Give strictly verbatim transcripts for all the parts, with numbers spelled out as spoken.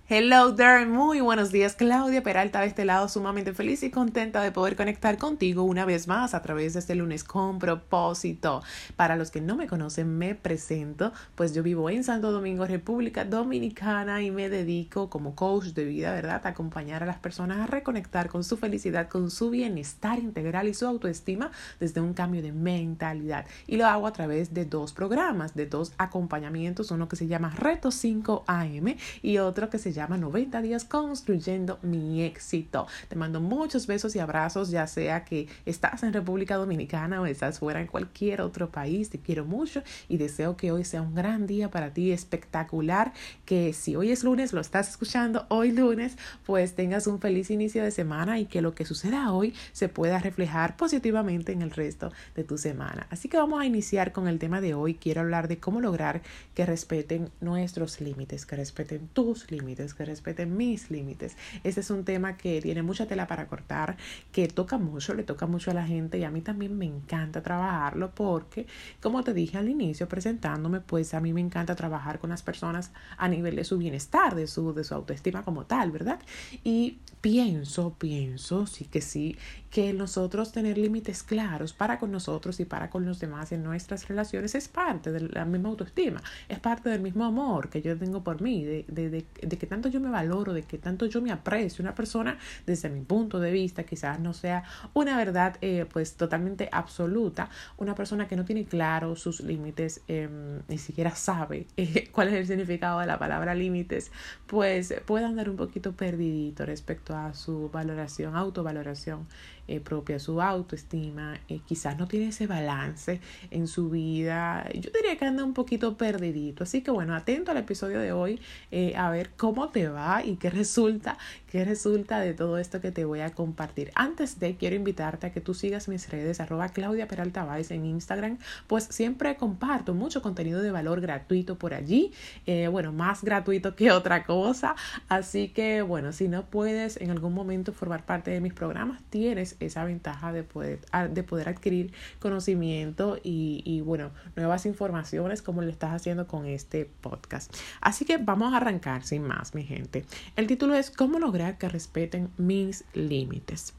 Hello there, muy buenos días. Claudia Peralta de este lado, sumamente feliz y contenta de poder conectar contigo una vez más a través de este lunes con propósito. Para los que no me conocen, me presento, pues yo vivo en Santo Domingo, República Dominicana, y me dedico como coach de vida, ¿verdad?, a acompañar a las personas a reconectar con su felicidad, con su bienestar integral y su autoestima desde un cambio de mentalidad. Y lo hago a través de dos programas, de dos acompañamientos, uno que se llama Reto cinco A M y otro que se llama llama noventa días construyendo mi éxito. Te mando muchos besos y abrazos, ya sea que estás en República Dominicana o estás fuera en cualquier otro país. Te quiero mucho y deseo que hoy sea un gran día para ti, espectacular, que si hoy es lunes, lo estás escuchando hoy lunes, pues tengas un feliz inicio de semana y que lo que suceda hoy se pueda reflejar positivamente en el resto de tu semana. Así que vamos a iniciar con el tema de hoy. Quiero hablar de cómo lograr que respeten nuestros límites, que respeten tus límites, que respeten mis límites. Este es un tema que tiene mucha tela para cortar, que toca mucho, le toca mucho a la gente y a mí también me encanta trabajarlo porque, como te dije al inicio presentándome, pues a mí me encanta trabajar con las personas a nivel de su bienestar, de su, de su autoestima como tal, ¿verdad? Y pienso, pienso, sí que sí, que nosotros tener límites claros para con nosotros y para con los demás en nuestras relaciones es parte de la misma autoestima, es parte del mismo amor que yo tengo por mí, de, de, de, de que tanto yo me valoro, de que tanto yo me aprecio. Una persona, desde mi punto de vista, quizás no sea una verdad eh, pues totalmente absoluta, una persona que no tiene claro sus límites, eh, ni siquiera sabe eh, cuál es el significado de la palabra límites, pues puede andar un poquito perdidito respecto a su valoración, autovaloración eh, propia, su autoestima, eh, quizás no tiene ese balance en su vida. Yo diría que anda un poquito perdidito. Así que bueno, atento al episodio de hoy, eh, a ver cómo te va y qué resulta, qué resulta de todo esto que te voy a compartir. Antes de, quiero invitarte a que tú sigas mis redes, arroba Claudia Peralta Valls en Instagram, pues siempre comparto mucho contenido de valor gratuito por allí, eh, bueno, más gratuito que otra cosa. Así que bueno, si no puedes en algún momento formar parte de mis programas, tienes esa ventaja de poder, de poder adquirir conocimiento y, y bueno, nuevas informaciones como lo estás haciendo con este podcast. Así que vamos a arrancar sin más, mi gente. El título es ¿Cómo lograr que respeten mis límites?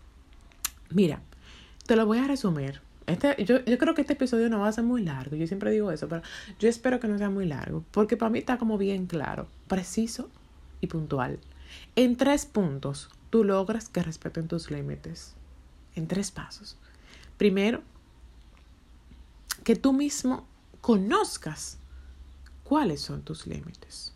Mira, te lo voy a resumir. Este, yo, yo creo que este episodio no va a ser muy largo. Yo siempre digo eso, pero yo espero que no sea muy largo, porque para mí está como bien claro, preciso y puntual. En tres puntos, tú logras que respeten tus límites. En tres pasos. Primero, que tú mismo conozcas cuáles son tus límites.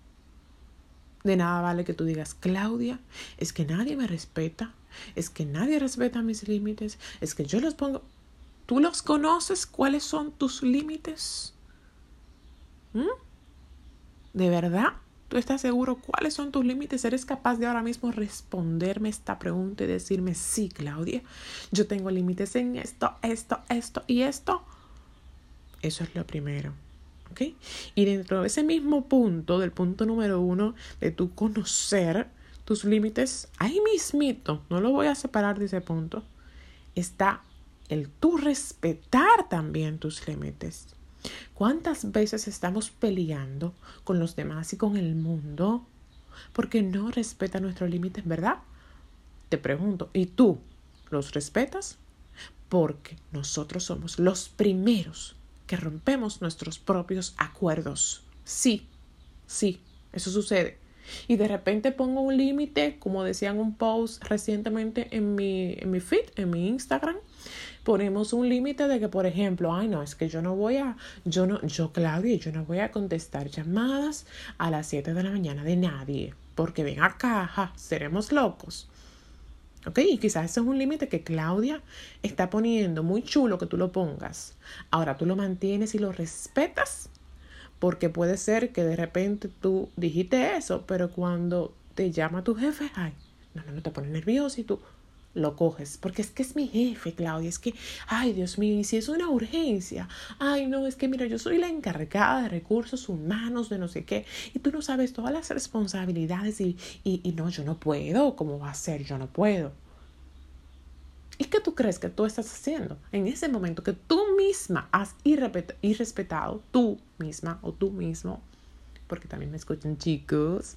De nada vale que tú digas, Claudia, es que nadie me respeta, es que nadie respeta mis límites, es que yo los pongo. ¿Tú los conoces? ¿Cuáles son tus límites? ¿Mm? ¿De verdad? ¿Tú estás seguro cuáles son tus límites? ¿Eres capaz de ahora mismo responderme esta pregunta y decirme, sí, Claudia, yo tengo límites en esto, esto, esto y esto? Eso es lo primero. ¿Okay? Y dentro de ese mismo punto, del punto número uno, de tu conocer tus límites, ahí mismito, no lo voy a separar de ese punto, está el tú respetar también tus límites. ¿Cuántas veces estamos peleando con los demás y con el mundo porque no respetan nuestros límites, verdad? Te pregunto, ¿y tú los respetas? Porque nosotros somos los primeros que rompemos nuestros propios acuerdos. Sí, sí, eso sucede. Y de repente pongo un límite, como decía en un post recientemente en mi, en mi feed, en mi Instagram, ponemos un límite de que, por ejemplo, ay no, es que yo no voy a, yo no, yo Claudia, yo no voy a contestar llamadas a las siete de la mañana de nadie, porque ven acá, ja, seremos locos. ¿Ok? Y quizás ese es un límite que Claudia está poniendo, muy chulo que tú lo pongas. Ahora tú lo mantienes y lo respetas, porque puede ser que de repente tú dijiste eso, pero cuando te llama tu jefe, ay, no, no, no te pones nervioso y tú lo coges, porque es que es mi jefe, Claudia, es que, ay, Dios mío, y si es una urgencia, ay, no, es que mira, yo soy la encargada de recursos humanos, de no sé qué, y tú no sabes todas las responsabilidades y, y, y no, yo no puedo, ¿cómo va a ser? Yo no puedo. ¿Y qué tú crees que tú estás haciendo en ese momento que tú misma has irrespetado, tú misma o tú mismo, porque también me escuchan chicos.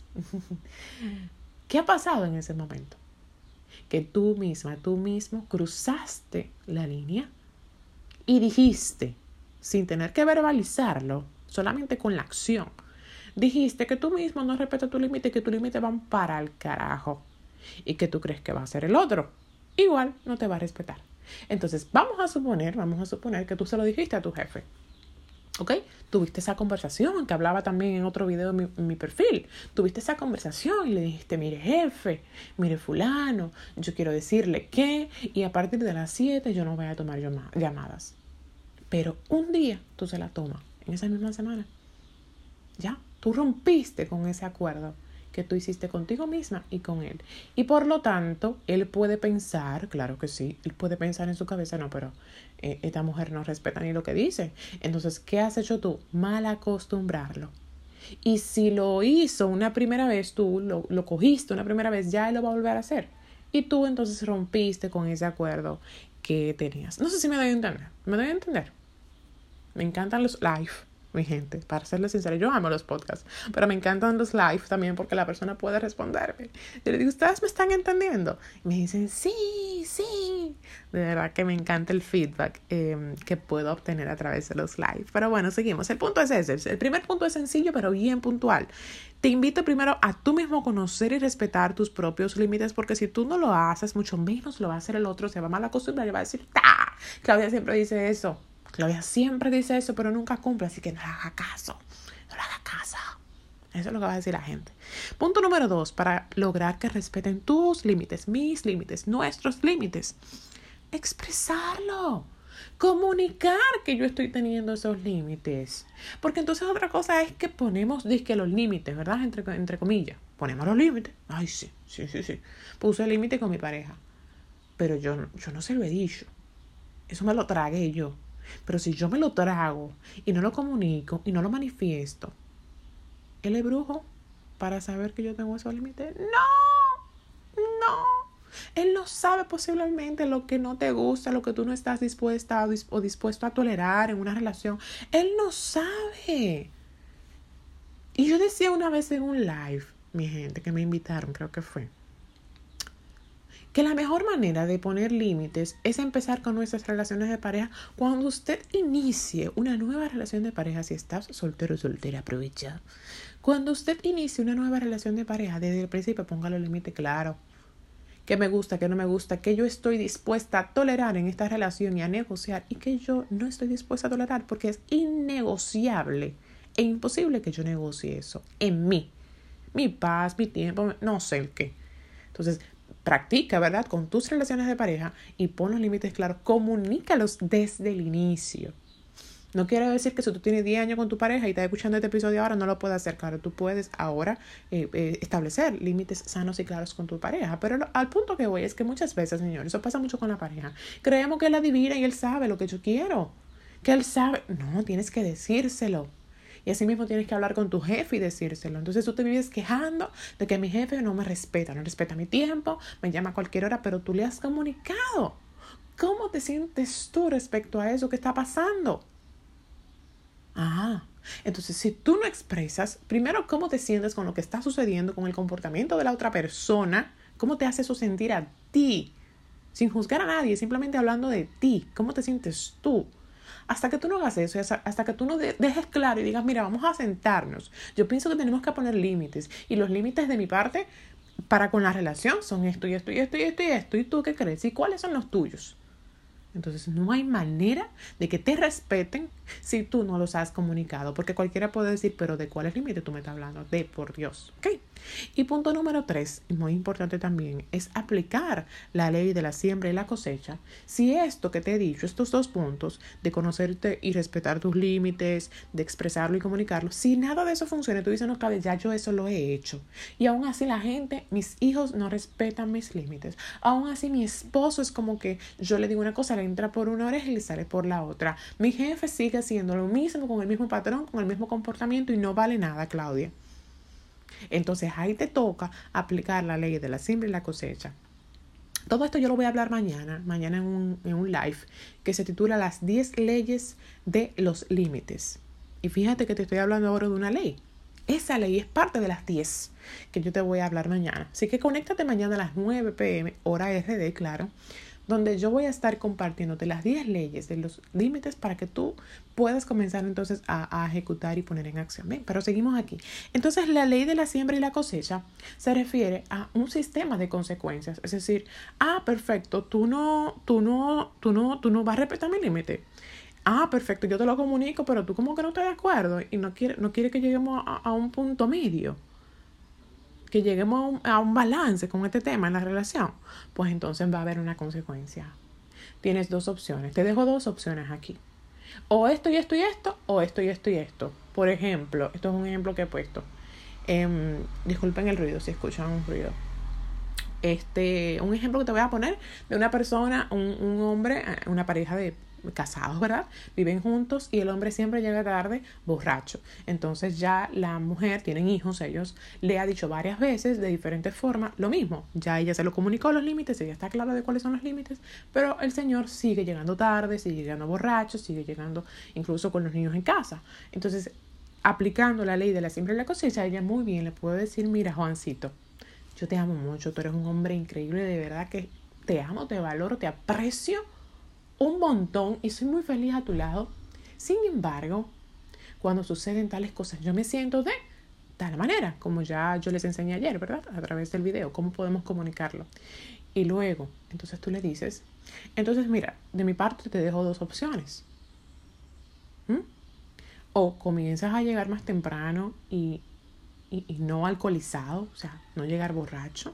¿Qué ha pasado en ese momento? Que tú misma, tú mismo cruzaste la línea y dijiste, sin tener que verbalizarlo, solamente con la acción, dijiste que tú mismo no respetas tu límite, que tu límite van para el carajo y que tú crees que va a ser el otro. Igual no te va a respetar. Entonces, vamos a suponer, vamos a suponer que tú se lo dijiste a tu jefe. ¿Ok? Tuviste esa conversación que hablaba también en otro video en mi, en mi perfil. Tuviste esa conversación y le dijiste, mire jefe, mire fulano, yo quiero decirle que, y a partir de las siete yo no voy a tomar llamadas. Pero un día tú se la tomas, en esa misma semana. Ya, tú rompiste con ese acuerdo que tú hiciste contigo misma y con él. Y por lo tanto, él puede pensar, claro que sí, él puede pensar en su cabeza, no, pero eh, esta mujer no respeta ni lo que dice. Entonces, ¿qué has hecho tú? Mal acostumbrarlo. Y si lo hizo una primera vez, tú lo, lo cogiste una primera vez, ya él lo va a volver a hacer. Y tú entonces rompiste con ese acuerdo que tenías. No sé si me doy a entender. ¿Me doy a entender? Me encantan los live, mi gente, para serles sincera, yo amo los podcasts, pero me encantan los live también porque la persona puede responderme. Yo le digo, ¿ustedes me están entendiendo? Y me dicen, sí, sí. De verdad que me encanta el feedback eh, que puedo obtener a través de los live. Pero bueno, seguimos. El punto es ese. El primer punto es sencillo, pero bien puntual. Te invito primero a tú mismo conocer y respetar tus propios límites, porque si tú no lo haces, mucho menos lo va a hacer el otro, se va a mal acostumbrar y va a decir, ¡ta! Claudia siempre dice eso. Claudia siempre dice eso, pero nunca cumple, así que no le haga caso, no le haga caso. Eso es lo que va a decir la gente. Punto número dos, para lograr que respeten tus límites, mis límites, nuestros límites. Expresarlo. Comunicar que yo estoy teniendo esos límites. Porque entonces otra cosa es que ponemos, dizque los límites, ¿verdad? Entre, entre comillas. Ponemos los límites. Ay, sí, sí, sí, sí. Puse el límite con mi pareja. Pero yo, yo no se lo he dicho. Eso me lo tragué yo. Pero si yo me lo trago y no lo comunico y no lo manifiesto, ¿él es brujo para saber que yo tengo esos límites? No, no. Él no sabe posiblemente lo que no te gusta, lo que tú no estás dispuesta o dispuesto a tolerar en una relación. Él no sabe. Y yo decía una vez en un live, mi gente, que me invitaron, creo que fue, que la mejor manera de poner límites es empezar con nuestras relaciones de pareja. Cuando usted inicie una nueva relación de pareja, si estás soltero o soltera, aprovecha. Cuando usted inicie una nueva relación de pareja, desde el principio ponga los límites claros. ¿Qué me gusta, qué no me gusta, qué yo estoy dispuesta a tolerar en esta relación y a negociar y qué yo no estoy dispuesta a tolerar? Porque es innegociable e imposible que yo negocie eso en mí. Mi paz, mi tiempo, no sé el qué. Entonces, practica, ¿verdad? Con tus relaciones de pareja y pon los límites claros. Comunícalos desde el inicio. No quiere decir que si tú tienes diez años con tu pareja y estás escuchando este episodio ahora, no lo puedes hacer. Claro, tú puedes ahora eh, eh, establecer límites sanos y claros con tu pareja. Pero lo, al punto que voy es que muchas veces, señores, eso pasa mucho con la pareja. Creemos que él adivina y él sabe lo que yo quiero. Que él sabe. No, tienes que decírselo. Y así mismo tienes que hablar con tu jefe y decírselo. Entonces tú te vives quejando de que mi jefe no me respeta, no respeta mi tiempo, me llama a cualquier hora, pero tú le has comunicado. ¿Cómo te sientes tú respecto a eso que está pasando? Ah, entonces si tú no expresas, primero, cómo te sientes con lo que está sucediendo, con el comportamiento de la otra persona, cómo te hace eso sentir a ti, sin juzgar a nadie, simplemente hablando de ti, cómo te sientes tú. Hasta que tú no hagas eso, hasta que tú no dejes claro y digas, mira, vamos a sentarnos. Yo pienso que tenemos que poner límites. Y los límites de mi parte para con la relación son esto y esto y esto y esto y esto. ¿Y tú qué crees? ¿Y cuáles son los tuyos? Entonces no hay manera de que te respeten si tú no los has comunicado. Porque cualquiera puede decir, pero ¿de cuáles límites tú me estás hablando? De por Dios. ¿Ok? Y punto número tres, muy importante también, es aplicar la ley de la siembra y la cosecha. Si esto que te he dicho, estos dos puntos, de conocerte y respetar tus límites, de expresarlo y comunicarlo, si nada de eso funciona, tú dices, no, cabe, ya yo eso lo he hecho. Y aún así la gente, mis hijos no respetan mis límites. Aún así mi esposo es como que yo le digo una cosa, le entra por una oreja y le sale por la otra. Mi jefe sigue haciendo lo mismo, con el mismo patrón, con el mismo comportamiento y no vale nada, Claudia. Entonces ahí te toca aplicar la ley de la siembra y la cosecha. Todo esto yo lo voy a hablar mañana, mañana en un, en un live que se titula Las diez leyes de los límites. Y fíjate que te estoy hablando ahora de una ley. Esa ley es parte de las diez que yo te voy a hablar mañana. Así que conéctate mañana a las nueve pm, hora R D, claro, donde yo voy a estar compartiéndote las diez leyes de los límites para que tú puedas comenzar entonces a, a ejecutar y poner en acción. Bien, pero seguimos aquí. Entonces, la ley de la siembra y la cosecha se refiere a un sistema de consecuencias. Es decir, ah, perfecto, tú no, tú no, tú no, tú no vas a respetar mi límite. Ah, perfecto, yo te lo comunico, pero tú como que no estás de acuerdo y no quieres no quiere que lleguemos a, a un punto medio. Que lleguemos a un, a un balance con este tema en la relación, pues entonces va a haber una consecuencia. Tienes dos opciones. Te dejo dos opciones aquí. O esto y esto y esto, o esto y esto y esto. Por ejemplo, esto es un ejemplo que he puesto. Eh, disculpen el ruido si escuchan un ruido. Este, un ejemplo que te voy a poner de una persona, un, un hombre, una pareja de casados, ¿verdad? Viven juntos y el hombre siempre llega tarde borracho. Entonces ya la mujer, tienen hijos ellos, le ha dicho varias veces de diferentes formas lo mismo. Ya ella se lo comunicó los límites, ella está clara de cuáles son los límites, pero el señor sigue llegando tarde, sigue llegando borracho, sigue llegando incluso con los niños en casa. Entonces, aplicando la ley de la siembra y la cosecha, ella muy bien le puede decir, mira, Juancito, yo te amo mucho, tú eres un hombre increíble, de verdad que te amo, te valoro, te aprecio un montón y soy muy feliz a tu lado. Sin embargo, cuando suceden tales cosas, yo me siento de tal manera, como ya yo les enseñé ayer, ¿verdad? A través del video, cómo podemos comunicarlo. Y luego, entonces tú le dices, entonces mira, de mi parte te dejo dos opciones. ¿Mm? O comienzas a llegar más temprano y, y, y no alcoholizado, o sea, no llegar borracho.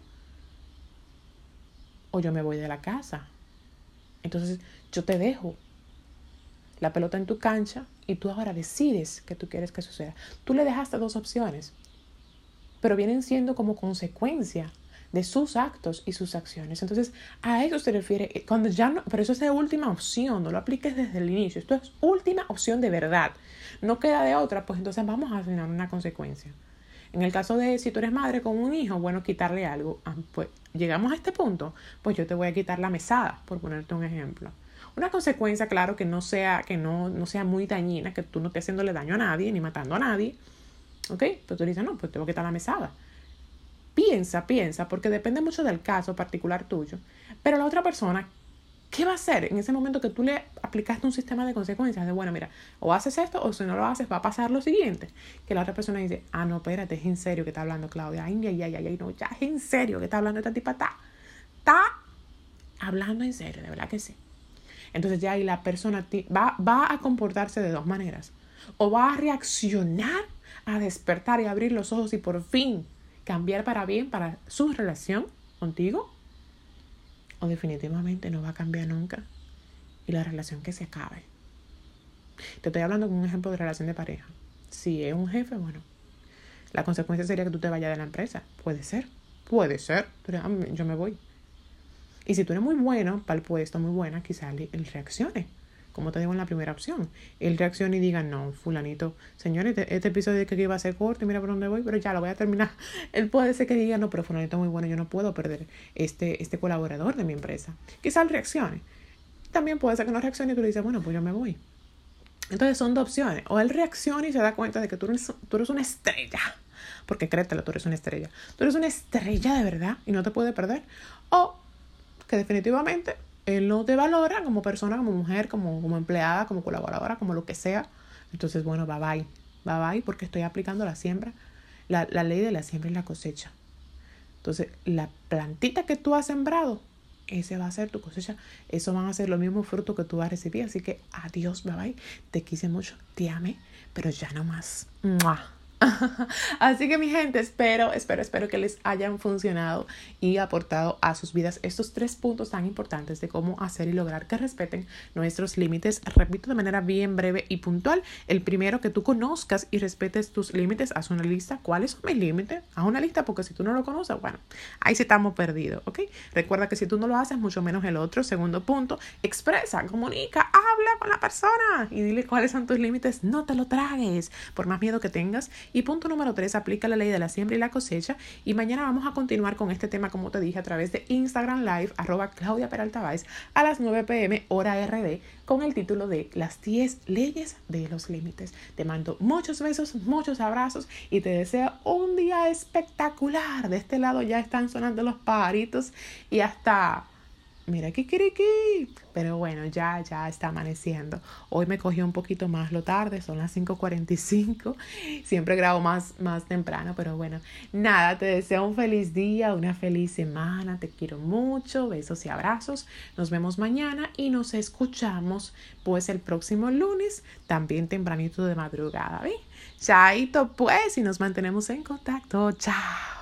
O yo me voy de la casa. Entonces yo te dejo la pelota en tu cancha y tú ahora decides qué tú quieres que suceda. Tú le dejaste dos opciones, pero vienen siendo como consecuencia de sus actos y sus acciones. Entonces a eso se refiere cuando ya no, pero eso es de última opción, no lo apliques desde el inicio. Esto es última opción de verdad. No queda de otra, pues entonces vamos a asignar una consecuencia. En el caso de si tú eres madre con un hijo, bueno, quitarle algo. Ah, pues llegamos a este punto, pues yo te voy a quitar la mesada, por ponerte un ejemplo. Una consecuencia, claro, que no sea, que no, no sea muy dañina, que tú no estés haciéndole daño a nadie, ni matando a nadie. ¿Ok? Pero tú dices, no, pues te voy a quitar la mesada. Piensa, piensa, porque depende mucho del caso particular tuyo. Pero la otra persona, ¿qué va a hacer en ese momento que tú le aplicaste un sistema de consecuencias? De, bueno, mira, o haces esto, o si no lo haces, va a pasar lo siguiente. Que la otra persona dice, ah, no, espérate, es en serio que está hablando Claudia. Ay, ay, ay, ay, no, ya es en serio que está hablando esta tipa. Está, está hablando en serio, de verdad que sí. Entonces ya ahí la persona va, va a comportarse de dos maneras. O va a reaccionar, a despertar y abrir los ojos y por fin cambiar para bien para su relación contigo. O definitivamente no va a cambiar nunca y la relación que se acabe. Te estoy hablando con un ejemplo de relación de pareja. Si es un jefe, bueno, la consecuencia sería que tú te vayas de la empresa. Puede ser, puede ser, pero yo me voy. Y si tú eres muy bueno para el puesto, muy buena, quizás él reaccione. Como te digo en la primera opción. Él reaccione y diga, no, fulanito, señores, este, este episodio de que iba a ser corto y mira por dónde voy, pero ya lo voy a terminar. Él puede ser que diga, no, pero fulanito es muy bueno, yo no puedo perder este, este colaborador de mi empresa. Quizás él reaccione. También puede ser que no reaccione y tú le dices, bueno, pues yo me voy. Entonces son dos opciones. O él reacciona y se da cuenta de que tú eres, tú eres una estrella. Porque créetelo, tú eres una estrella. Tú eres una estrella de verdad y no te puede perder. O que definitivamente él no te valora como persona, como mujer, como, como empleada, como colaboradora, como lo que sea. Entonces, bueno, bye bye. Bye bye porque estoy aplicando la siembra, la, la ley de la siembra y la cosecha. Entonces, la plantita que tú has sembrado, ese va a ser tu cosecha. Eso van a ser los mismos frutos que tú vas a recibir. Así que adiós, bye bye. Te quise mucho, te amé, pero ya no más. ¡Mua! Así que mi gente, espero, espero, espero que les hayan funcionado y aportado a sus vidas estos tres puntos tan importantes de cómo hacer y lograr que respeten nuestros límites. Repito de manera bien breve y puntual. El primero, que tú conozcas y respetes tus límites. Haz una lista. ¿Cuáles son mis límites? Haz una lista porque si tú no lo conoces, bueno, ahí sí estamos perdidos, ¿ok? Recuerda que si tú no lo haces, mucho menos el otro. Segundo punto, expresa, comunica, habla con la persona y dile cuáles son tus límites. No te lo tragues, por más miedo que tengas. Y punto número tres, aplica la ley de la siembra y la cosecha. Y mañana vamos a continuar con este tema, como te dije, a través de Instagram Live, arroba Claudia Peralta Báez, a las nueve pm hora R D, con el título de las diez leyes de los límites. Te mando muchos besos, muchos abrazos y te deseo un día espectacular. De este lado ya están sonando los pajaritos y hasta... Mira kikiriki, pero bueno, ya, ya está amaneciendo. Hoy me cogió un poquito más lo tarde, son las cinco cuarenta y cinco. Siempre grabo más, más temprano, pero bueno, nada, te deseo un feliz día, una feliz semana, te quiero mucho, besos y abrazos. Nos vemos mañana y nos escuchamos pues el próximo lunes, también tempranito de madrugada, ¿ves? Chaito pues, y nos mantenemos en contacto. Chao.